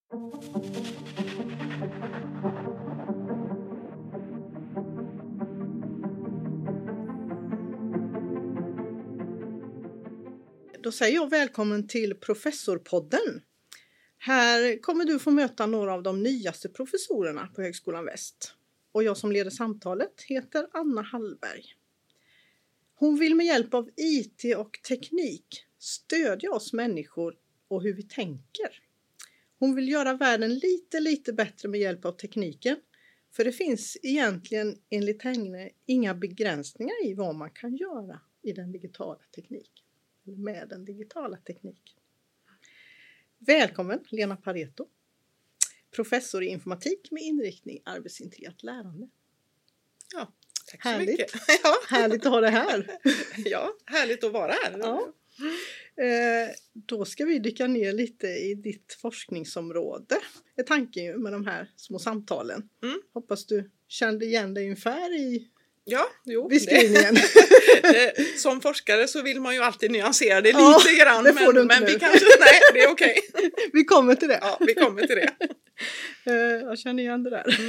Då säger jag välkommen till Professorpodden. Här kommer du få möta några av de nyaste professorerna på Högskolan Väst. Och jag som leder samtalet heter Anna Hallberg. Hon vill med hjälp av IT och teknik stödja oss människor och hur vi tänker. Hon vill göra världen lite bättre med hjälp av tekniken. För det finns egentligen enligt henne inga begränsningar i vad man kan göra i den digitala tekniken. Med den digitala tekniken. Välkommen Lena Pareto. Professor i informatik med inriktning arbetsintegrerat lärande. Ja, tack härligt. Så mycket. Ja. Härligt att ha det här. Ja, härligt att vara här. Ja. Då ska vi dyka ner lite i ditt forskningsområde. Det är tanken med de här små samtalen. Hoppas du kände igen dig ungefär i beskrivningen. Som forskare så vill man ju alltid nyansera det lite grann. Det får du inte men nu. vi kanske, nej, det är okej. Vi kommer till det. Ja, vi kommer till det. Jag känner igen det där.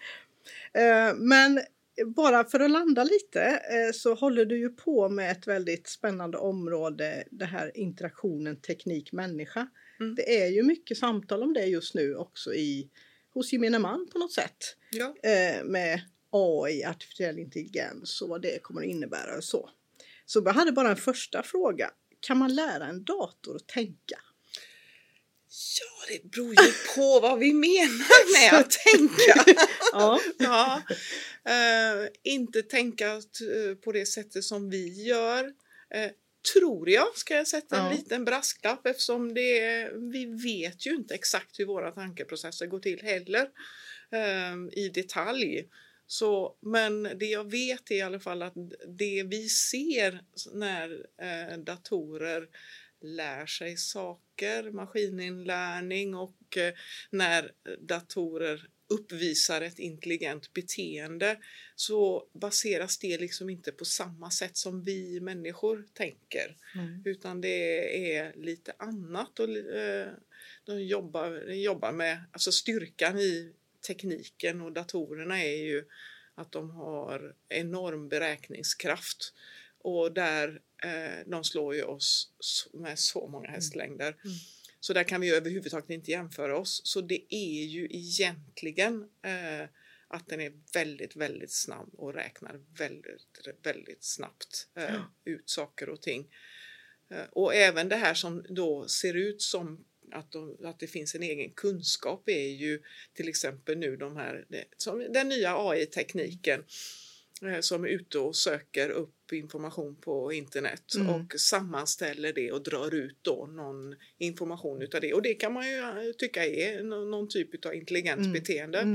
Men bara för att landa lite så håller du ju på med ett väldigt spännande område. Det här interaktionen teknik-människa. Det är ju mycket samtal om det just nu också hos gemene man på något sätt. Ja. Med AI, artificiell intelligens och vad det kommer att innebära och så. Så jag hade bara en första fråga. Kan man lära en dator att tänka? Ja, det beror ju på vad vi menar med att tänka. Ja. Inte tänka på det sättet som vi gör. Tror jag, ska jag sätta en liten brasklapp, eftersom vi vet ju inte exakt hur våra tankeprocesser går till heller i detalj. Men det jag vet är i alla fall att det vi ser när datorer lär sig saker, maskininlärning och när datorer uppvisar ett intelligent beteende, så baseras det liksom inte på samma sätt som vi människor tänker. Utan det är lite annat och de jobbar med, alltså styrkan i tekniken och datorerna är ju att de har enorm beräkningskraft och där de slår ju oss med så många hästlängder. Så där kan vi överhuvudtaget inte jämföra oss. Så det är ju egentligen att den är väldigt, väldigt snabb och räknar väldigt, väldigt snabbt ut saker och ting. Och även det här som då ser ut som att det finns en egen kunskap är ju till exempel nu den nya AI-tekniken som är ute och söker upp information på internet och sammanställer det och drar ut då någon information utav det. Och det kan man ju tycka är någon typ av intelligent beteende.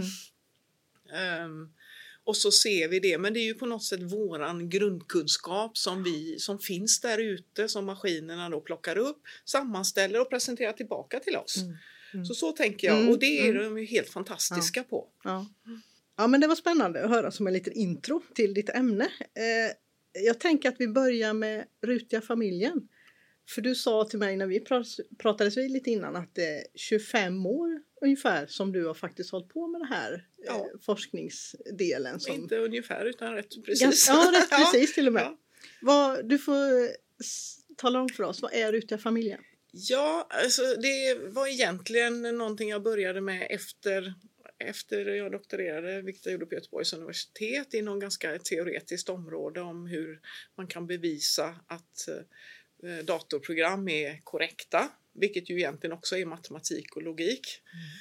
Och så ser vi det, men det är ju på något sätt våran grundkunskap som finns där ute, som maskinerna då plockar upp, sammanställer och presenterar tillbaka till oss. Så tänker jag, och det är de ju helt fantastiska på. Ja, men det var spännande att höra som en liten intro till ditt ämne. Jag tänker att vi börjar med rutiga familjen. För du sa till mig när vi pratades vid lite innan att det är 25 år ungefär som du har faktiskt hållit på med det här forskningsdelen. Inte ungefär utan rätt precis. Rätt precis till och med. Du får tala om för oss, vad är rutiga familjen? Ja, alltså det var egentligen någonting jag började med efter jag doktorerade, vilket jag gjorde på Göteborgs universitet, i någon ganska teoretiskt område om hur man kan bevisa att datorprogram är korrekta, vilket ju egentligen också är matematik och logik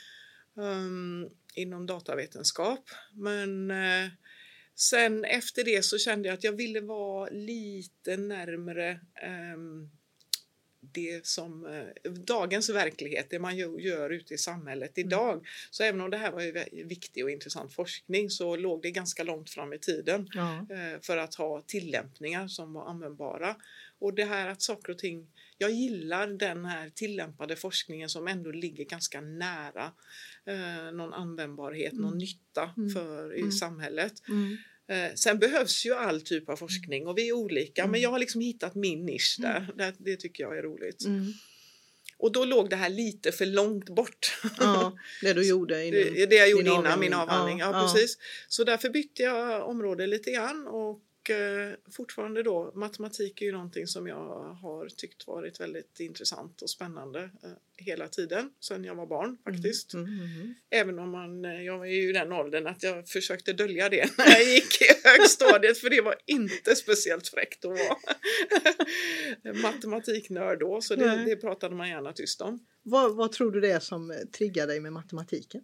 inom datavetenskap. Men sen efter det så kände jag att jag ville vara lite närmare det som dagens verklighet, det man gör ute i samhället idag. Så även om det här var ju viktig och intressant forskning, så låg det ganska långt fram i tiden för att ha tillämpningar som var användbara. Och det här att saker och ting, jag gillar den här tillämpade forskningen som ändå ligger ganska nära någon användbarhet, någon nytta i samhället. Sen behövs ju all typ av forskning och vi är olika, men jag har liksom hittat min nisch där. Det tycker jag är roligt. Och då låg det här lite för långt bort. Ja, det du gjorde det jag gjorde innan min avhandling. Ja, ja, precis. Så därför bytte jag område lite grann och fortfarande då, matematik är ju någonting som jag har tyckt varit väldigt intressant och spännande hela tiden, sedan jag var barn faktiskt. Även om jag var ju i den åldern att jag försökte dölja det när jag gick i högstadiet, för det var inte speciellt fräckt att vara matematiknörd då, så det pratade man gärna tyst om. Vad tror du det är som triggar dig med matematiken?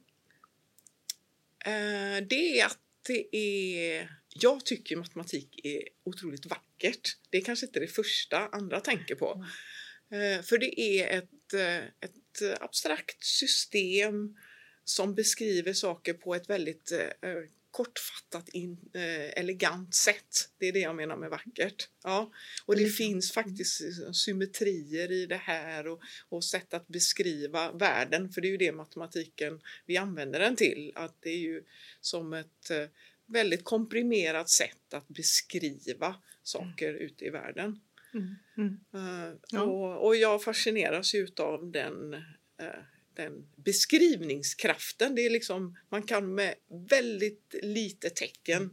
Det är att jag tycker matematik är otroligt vackert. Det är kanske inte det första andra tänker på. För det är ett abstrakt system som beskriver saker på ett väldigt kortfattat, elegant sätt. Det är det jag menar med vackert. Ja. Och det finns faktiskt symmetrier i det här och sätt att beskriva världen. För det är ju det matematiken vi använder den till. Att det är ju som ett väldigt komprimerat sätt att beskriva saker ute i världen. Och jag fascineras ju av den beskrivningskraften. Det är liksom, man kan med väldigt lite tecken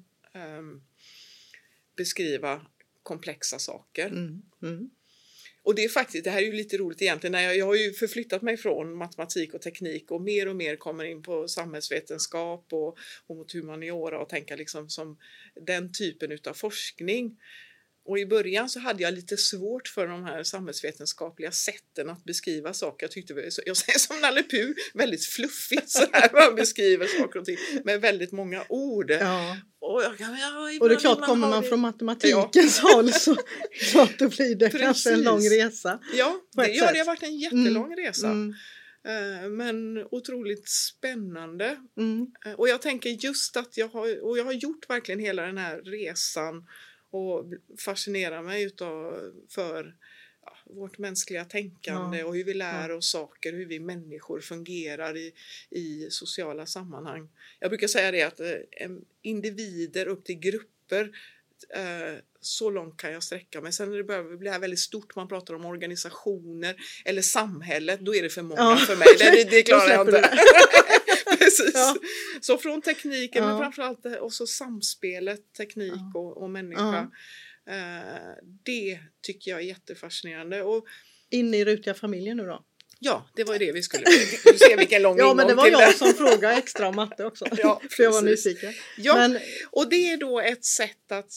beskriva komplexa saker. Och det är faktiskt, det här är ju lite roligt egentligen. Jag har ju förflyttat mig från matematik och teknik och mer kommer in på samhällsvetenskap och mot humaniora och tänka liksom som den typen av forskning. Och i början så hade jag lite svårt för de här samhällsvetenskapliga sätten att beskriva saker. Jag säger som Nalle Puh, väldigt fluffigt så här man beskriver saker och ting med väldigt många ord. Ja. Och det är klart, kommer man från matematikens håll så klart då blir det kanske en lång resa. Ja, det har varit en jättelång resa. Men otroligt spännande. Och jag tänker just att jag har gjort verkligen hela den här resan och fascinerar mig för vårt mänskliga tänkande och hur vi lär oss saker, hur vi människor fungerar i sociala sammanhang. Jag brukar säga det att individer upp till grupper, så långt kan jag sträcka mig. Sen när det börjar bli väldigt stort, man pratar om organisationer eller samhället, då är det för många för mig. Det klarar jag inte. Precis. Ja. Så från tekniken, men framförallt också samspelet, teknik och människa. Det tycker jag är jättefascinerande. Och in i rutiga familjen nu då? Ja, det var ju det vi skulle. Du ser vilken lång ja, men det var jag som frågade extra om matte också. Ja, för jag var nyfiken. Ja, och det är då ett sätt att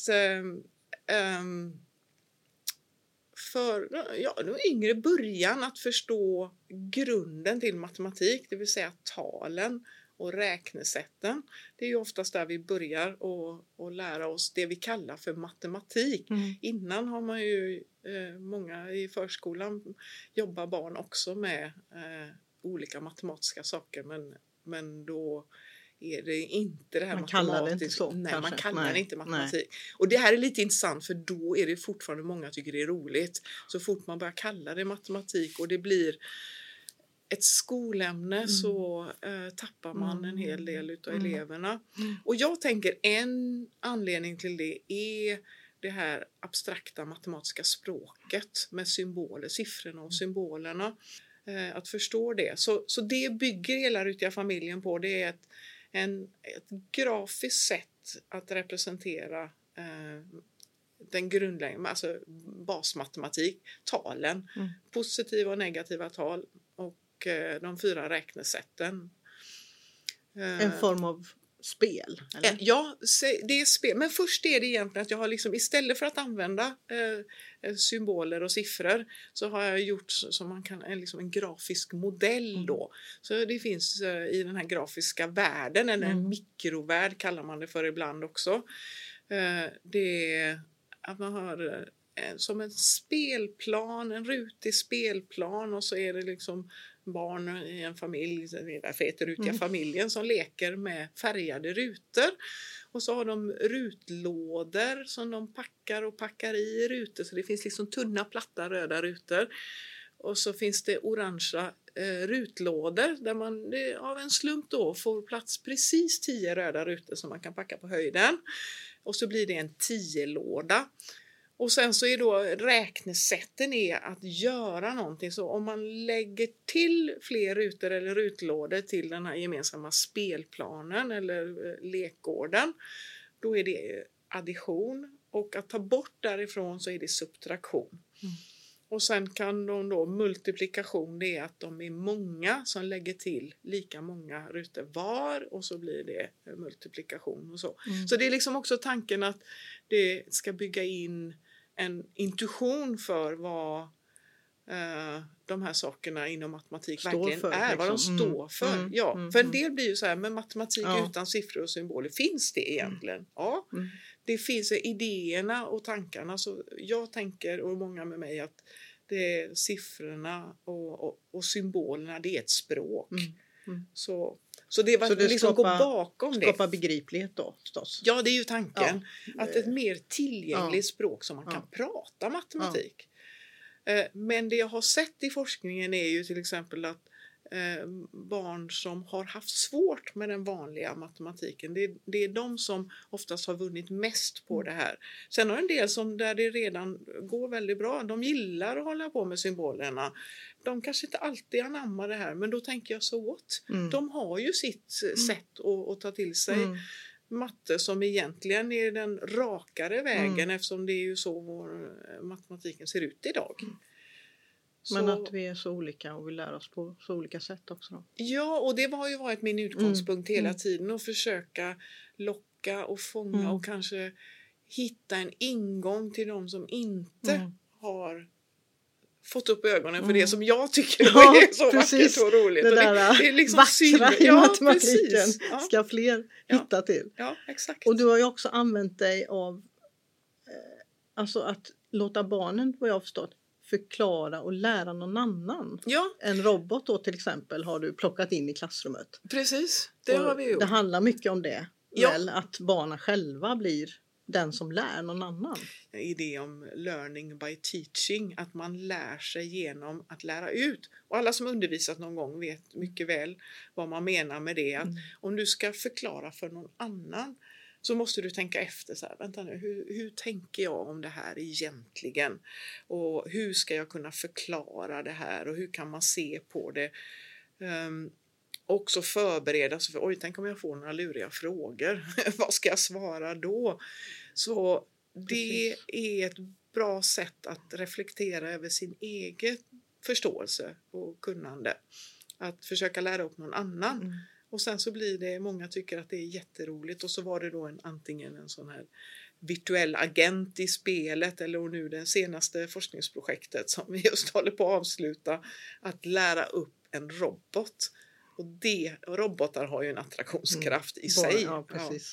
för yngre början att förstå grunden till matematik, det vill säga talen och räknesätten. Det är ju oftast där vi börjar och lära oss det vi kallar för matematik. Innan har man ju många i förskolan jobbar barn också med olika matematiska saker, men då är det inte det här matematiska. Man kallar det inte så. Nej, kanske. Man kallar det inte matematik. Nej. Och det här är lite intressant, för då är det fortfarande många tycker det är roligt. Så fort man börjar kalla det matematik och det blir ett skolämne så tappar man en hel del utav eleverna. Och jag tänker en anledning till det är det här abstrakta matematiska språket med symboler, siffrorna och symbolerna. Att förstå det. Så det bygger hela rutiga familjen på. Det är ett grafiskt sätt att representera den grundläggande, alltså basmatematik, talen, positiva och negativa tal och de 4 räknesätten. En form av spel? Eller? Ja, det är spel. Men först är det egentligen att jag har liksom, istället för att använda symboler och siffror, så har jag gjort som man kan en grafisk modell då. Så det finns i den här grafiska världen, en mikrovärld kallar man det för ibland också. Det är att man har som en spelplan, en rutig spelplan, och så är det liksom barn i en familj, därför heter rutiga familjen, som leker med färgade rutor. Och så har de rutlådor som de packar i rutor, så det finns liksom tunna, platta, röda rutor. Och så finns det orangea rutlådor där man av en slump då får plats precis 10 röda rutor som man kan packa på höjden. Och så blir det en 10-låda. Och sen så är då räknesätten är att göra någonting. Så om man lägger till fler rutor eller rutlådor till den här gemensamma spelplanen eller lekgården, då är det addition. Och att ta bort därifrån så är det subtraktion. Och sen kan de då multiplikation, det är att de är många som lägger till lika många rutor var, och så blir det multiplikation och så. Så det är liksom också tanken att det ska bygga in en intuition för vad de här sakerna inom matematik verkligen är, liksom. Vad de står för. För en del blir ju så här, men matematik utan siffror och symboler, finns det egentligen? Ja, det finns idéerna och tankarna. Så jag tänker, och många med mig, att det är siffrorna och symbolerna, det är ett språk. Så det var liksom gå bakom det. Skapa begriplighet då förstås. Ja, det är ju tanken. Att ett mer tillgängligt språk som man kan prata matematik. Men det jag har sett i forskningen är ju till exempel att barn som har haft svårt med den vanliga matematiken, det är de som oftast har vunnit mest på det här. Sen har en del som där det redan går väldigt bra, de gillar att hålla på med symbolerna. De kanske inte alltid anammar det här, men då tänker jag så åt. De har ju sitt sätt att ta till sig matte som egentligen är den rakare vägen, eftersom det är ju så vår matematiken ser ut idag. Men att vi är så olika och vi lär oss på så olika sätt också då. Ja, och det har ju varit min utgångspunkt hela tiden, att försöka locka och fånga och kanske hitta en ingång till de som inte har fått upp ögonen för det som jag tycker är så vackert och roligt. Det där det är liksom vackra i matematiken ska fler hitta till. Ja, exakt. Och du har ju också använt dig av alltså att låta barnen, vad jag har förstått, förklara och lära någon annan. Ja. En robot då till exempel har du plockat in i klassrummet. Precis, det har vi gjort. Det handlar mycket om det. Väl, att barnen själva blir den som lär någon annan. En idé om learning by teaching, att man lär sig genom att lära ut. Och alla som undervisat någon gång vet mycket väl vad man menar med det. Att om du ska förklara för någon annan så måste du tänka efter så här, vänta nu, hur tänker jag om det här egentligen? Och hur ska jag kunna förklara det här? Och hur kan man se på det? Också förbereda sig för, tänk om jag får några luriga frågor. Vad ska jag svara då? Så det är ett bra sätt att reflektera över sin egen förståelse och kunnande. Att försöka lära upp någon annan. Och sen så blir det, många tycker att det är jätteroligt, och så var det då antingen en sån här virtuell agent i spelet, eller nu det senaste forskningsprojektet som vi just håller på att avsluta, att lära upp en robot. Och robotar har ju en attraktionskraft i sig. Ja, precis.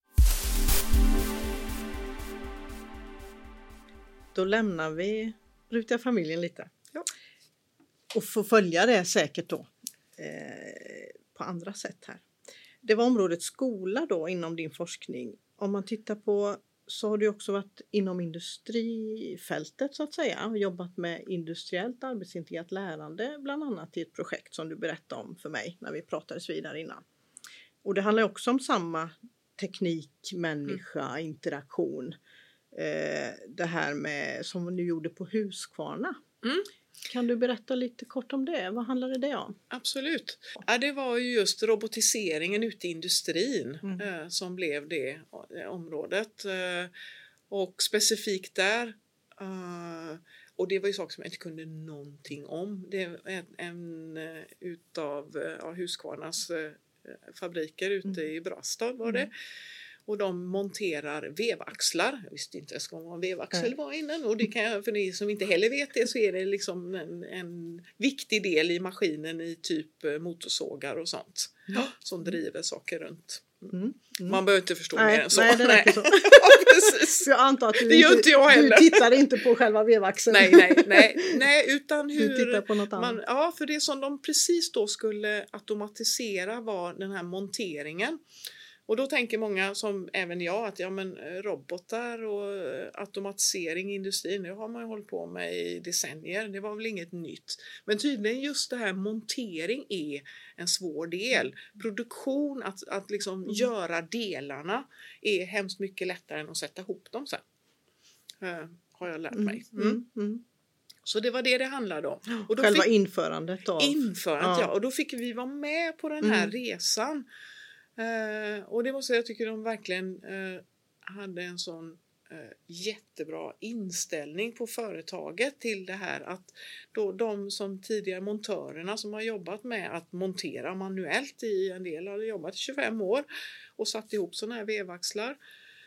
Då lämnar vi Rutiga familjen lite. Ja. Och får följa det säkert då. På andra sätt här. Det var området skola då inom din forskning. Om man tittar på, så har du också varit inom industrifältet så att säga. Och jobbat med industriellt arbetsintegrerat lärande, bland annat i ett projekt som du berättade om för mig när vi pratades vidare innan. Och det handlar också om samma teknik, människa, interaktion. Det här med som du gjorde på Huskvarna. Kan du berätta lite kort om det? Vad handlade det om? Absolut. Ja, det var ju just robotiseringen ute i industrin som blev det området. Och specifikt där, och det var ju saker som jag inte kunde någonting om. Det är en utav Huskvarnas fabriker ute i Brastad var det. Och de monterar vevaxlar. Jag visste inte ens vad en vevaxel var innan. Och det kan jag, för ni som inte heller vet det, så är det liksom en viktig del i maskinen i typ motorsågar och sånt. Som driver saker runt. Man behöver inte förstå mer än så. Nej, det räcker så. Precis. Jag antar att du tittar inte på själva vevaxeln. Nej, utan hur du tittar på något annat. Ja, för det som de precis då skulle automatisera var den här monteringen. Och då tänker många, som även jag, att robotar och automatisering i industrin, det har man ju hållit på med i decennier. Det var väl inget nytt. Men tydligen just det här montering är en svår del. Produktion, att liksom göra delarna, är hemskt mycket lättare än att sätta ihop dem sen. har jag lärt mig. Så det var det handlade om. Och då själva införandet av... ja. Och då fick vi vara med på den här resan. Och det måste jag tycker de verkligen hade en sån jättebra inställning på företaget till det här att då de som tidigare montörerna som har jobbat med att montera manuellt i en del hade jobbat i 25 år och satt ihop sådana här vevaxlar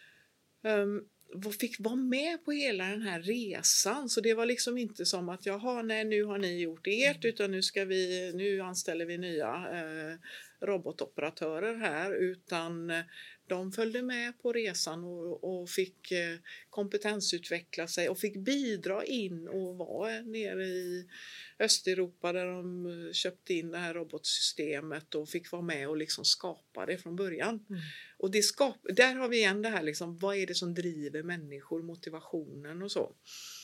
fick vara med på hela den här resan. Så det var liksom inte som att nu har ni gjort ert utan nu anställer vi nya robotoperatörer här, utan de följde med på resan och fick kompetensutveckla sig och fick bidra in och vara nere i Östeuropa där de köpte in det här robotsystemet och fick vara med och liksom skapa det från början. Och där har vi igen det här liksom, vad är det som driver människor, motivationen och så.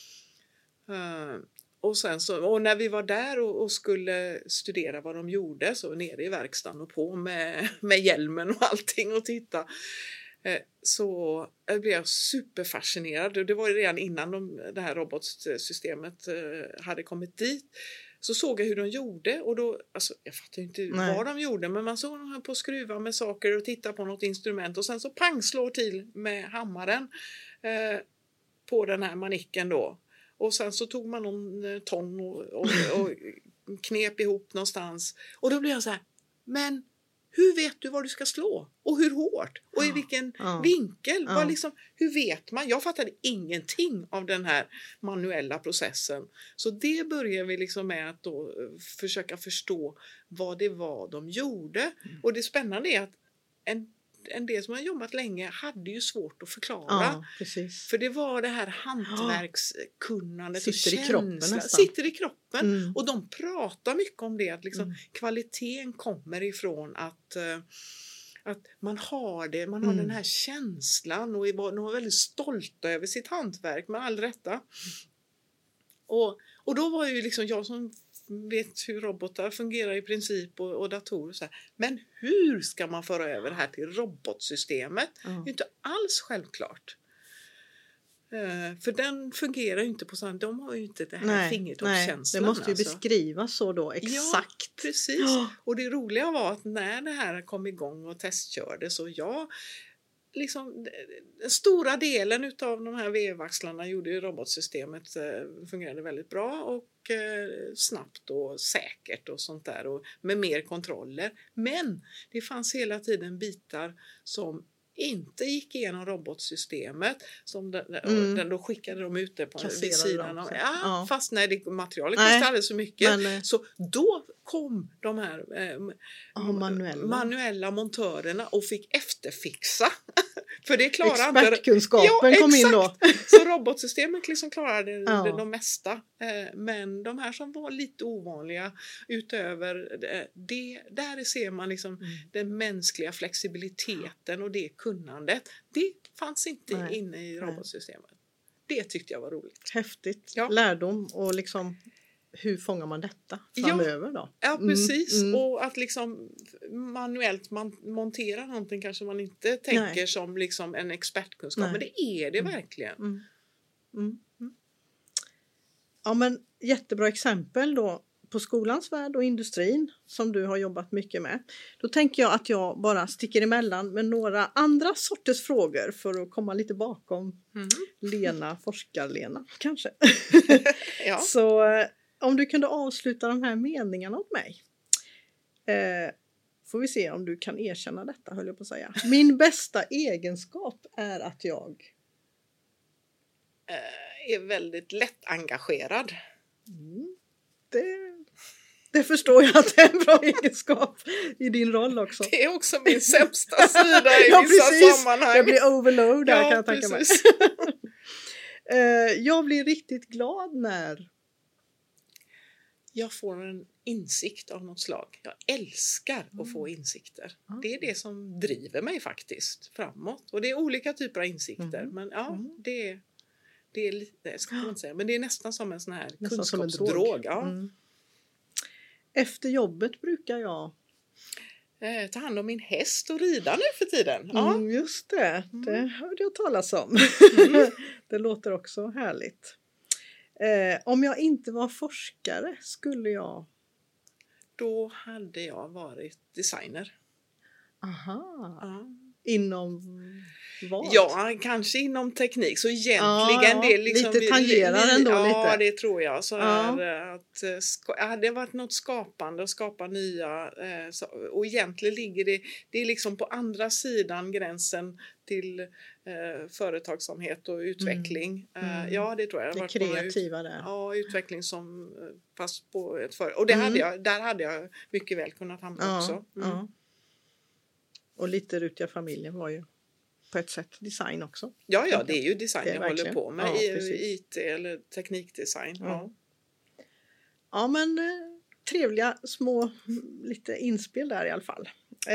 Och sen och när vi var där och skulle studera vad de gjorde så nere i verkstaden och på med hjälmen och allting och titta, så blev jag superfascinerad. Och det var redan innan det här robotsystemet hade kommit dit. Så såg jag hur de gjorde och då, alltså jag fattar inte vad de gjorde, men man såg dem på att skruva med saker och titta på något instrument och sen så slår till med hammaren på den här manicken då. Och sen så tog man någon tång och knep ihop någonstans. Och då blev jag så här, men hur vet du vad du ska slå? Och hur hårt? Och i vilken vinkel? Hur vet man? Jag fattade ingenting av den här manuella processen. Så det började vi liksom med att då försöka förstå vad det var de gjorde. Och det spännande är att en del som har jobbat länge hade ju svårt att förklara. Ja, precis. För det var det här hantverkskunnandet sitter och i kroppen nästan. Sitter i kroppen. Och de pratar mycket om det. Att liksom kvaliteten kommer ifrån att man har det. Man har den här känslan. Och de var väldigt stolta över sitt hantverk med all rätta. Och då var ju liksom jag som vet hur robotar fungerar i princip och datorer så här. Men hur ska man föra över det här till robotsystemet? Det är inte alls självklart. För den fungerar ju inte på sånt. De har ju inte det här fingertoppskänslan. Det måste ju beskrivas så då exakt. Ja, precis. Och det roliga var att när det här kom igång och testkörde så liksom, den stora delen utav de här vevaxlarna gjorde ju robotsystemet fungerade väldigt bra och snabbt och säkert och sånt där och med mer kontroller. Men det fanns hela tiden bitar som inte gick igenom robotsystemet som då skickade de ut det på sidan av. Fast materialet kostade alldeles så mycket. Men, så då kom de här manuella montörerna och fick efterfixa. För det klarade expertkunskapen kom in då. Så robotsystemet liksom klarade de mesta. Men de här som var lite ovanliga utöver det, där ser man liksom den mänskliga flexibiliteten och det kunnandet. Det fanns inte inne i robotsystemet. Det tyckte jag var roligt. Häftigt. Ja. Lärdom och liksom hur fångar man detta framöver då? Ja, precis. Och att liksom manuellt montera någonting kanske man inte tänker som liksom en expertkunskap. Men det är det verkligen. Ja, men jättebra exempel då på skolans värld och industrin som du har jobbat mycket med. Då tänker jag att jag bara sticker emellan med några andra sorters frågor för att komma lite bakom forskar-Lena kanske. Så om du kunde avsluta de här meningarna åt mig. Får vi se om du kan erkänna detta, höll jag på att säga. Min bästa egenskap är att jag är väldigt lätt engagerad. Det förstår jag att det är en bra egenskap i din roll också. Det är också min sämsta sida i vissa sammanhang. Jag blir overload där kan jag tänka mig. Jag blir riktigt glad när jag får en insikt av något slag. Jag älskar att få insikter. Det är det som driver mig faktiskt framåt. Och det är olika typer av insikter. Men det är lite, ska man inte säga, men det är nästan som en sån här kunskapsdrog. Efter jobbet brukar jag ta hand om min häst och rida nu för tiden. Ja. Just det, det hörde jag talas om. Det låter också härligt. Om jag inte var forskare skulle jag... Då hade jag varit designer. Aha. Ja. Inom vad? Ja, kanske inom teknik. Så egentligen det är liksom... Lite tangerar ändå lite. Ja, det tror jag. Så att det har varit något skapande och skapa nya... och egentligen ligger det är liksom på andra sidan gränsen till företagsamhet och utveckling. Ja, det tror jag. Det kreativa där. Ja, utveckling som fast på ett företag. Och där hade jag mycket väl kunnat hamna också. Ja. Och lite rutiga familjen var ju på ett sätt design också. Ja, det är ju design jag håller på med. IT eller teknikdesign. Ja, men trevliga små lite inspel där i alla fall.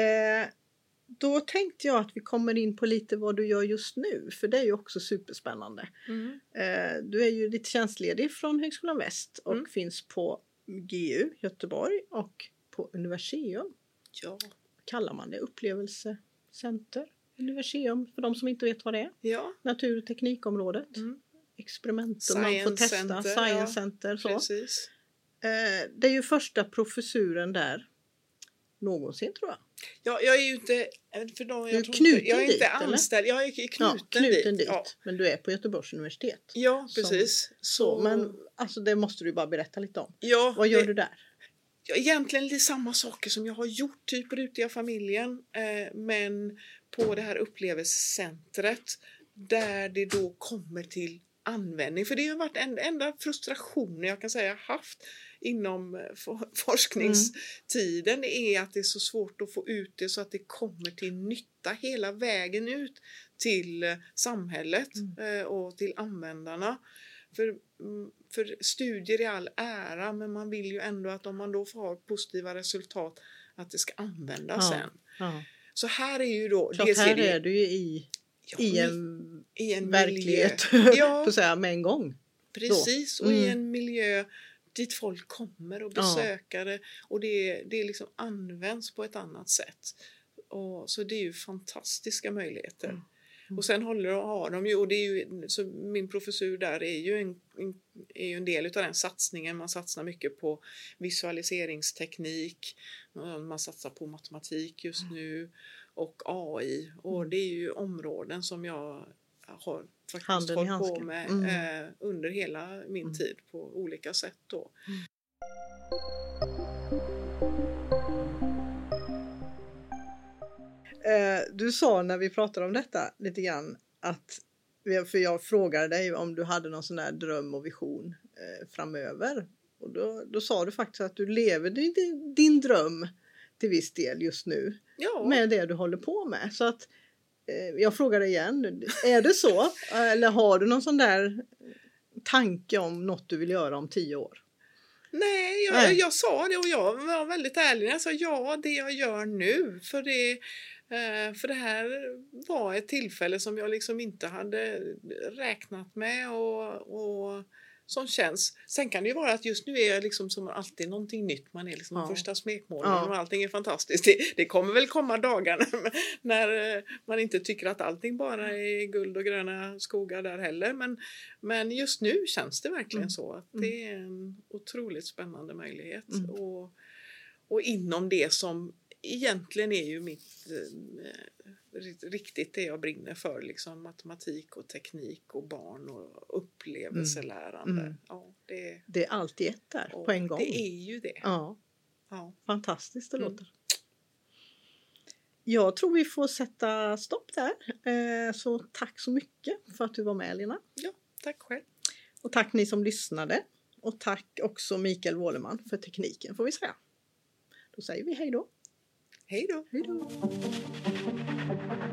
Då tänkte jag att vi kommer in på lite vad du gör just nu. För det är ju också superspännande. Du är ju lite tjänstledig från Högskolan Väst och finns på GU Göteborg och på Universium. Ja. Kallar man det upplevelsecenter, Universium, för de som inte vet vad det är. Ja. Natur- och teknikområdet. Experiment och man får testa. Center, Science Center. Så. Precis. Det är ju första professuren där någonsin tror jag. Ja, jag är ju inte... För de, jag är inte anställd. Jag är knuten dit. Ja. Men du är på Göteborgs universitet. Ja, precis. Men alltså, det måste du bara berätta lite om. Ja, vad gör du där? Egentligen lite samma saker som jag har gjort typ ute i familjen. Men på det här upplevelsecentret där det då kommer till användning. För det har varit en enda frustration jag kan säga haft inom forskningstiden är att det är så svårt att få ut det så att det kommer till nytta hela vägen ut till samhället och till användarna. För studier är all ära, men man vill ju ändå att om man då får positiva resultat att det ska användas sen. Ja. Så här är ju då... Så här är du ju i en verklighet på säga, med en gång. Precis, och i en miljö dit folk kommer och besökare och det liksom används på ett annat sätt. Så det är ju fantastiska möjligheter. Och sen har de ju, och det är ju, så min professur där är ju en del av den satsningen. Man satsar mycket på visualiseringsteknik, man satsar på matematik just nu och AI. Och det är ju områden som jag har faktiskt hållit på med under hela min tid på olika sätt då. Du sa när vi pratade om detta lite grann att, för jag frågade dig om du hade någon sån där dröm och vision framöver. Och då sa du faktiskt att du lever din dröm till viss del just nu med det du håller på med. Så att jag frågar dig igen, är det så? Eller har du någon sån där tanke om något du vill göra om 10 år? Nej, jag sa det och jag var väldigt ärlig när jag sa det jag gör nu. För det här var ett tillfälle som jag liksom inte hade räknat med och som känns. Sen kan det ju vara att just nu är jag liksom som alltid någonting nytt. Man är liksom den första smekmålen och allting är fantastiskt. Det kommer väl komma dagar när man inte tycker att allting bara är guld och gröna skogar där heller. Men just nu känns det verkligen så att det är en otroligt spännande möjlighet. Och inom det som egentligen är ju mitt riktigt det jag brinner för, liksom matematik och teknik och barn och upplevelselärande. Ja, det är alltid ett där på en gång. Det är ju det. Ja. Fantastiskt det låter. Jag tror vi får sätta stopp där. Så tack så mycket för att du var med, Lena. Ja, tack själv. Och tack ni som lyssnade. Och tack också Mikael Wåleman för tekniken får vi säga. Då säger vi hej då. Hej då. Hej då.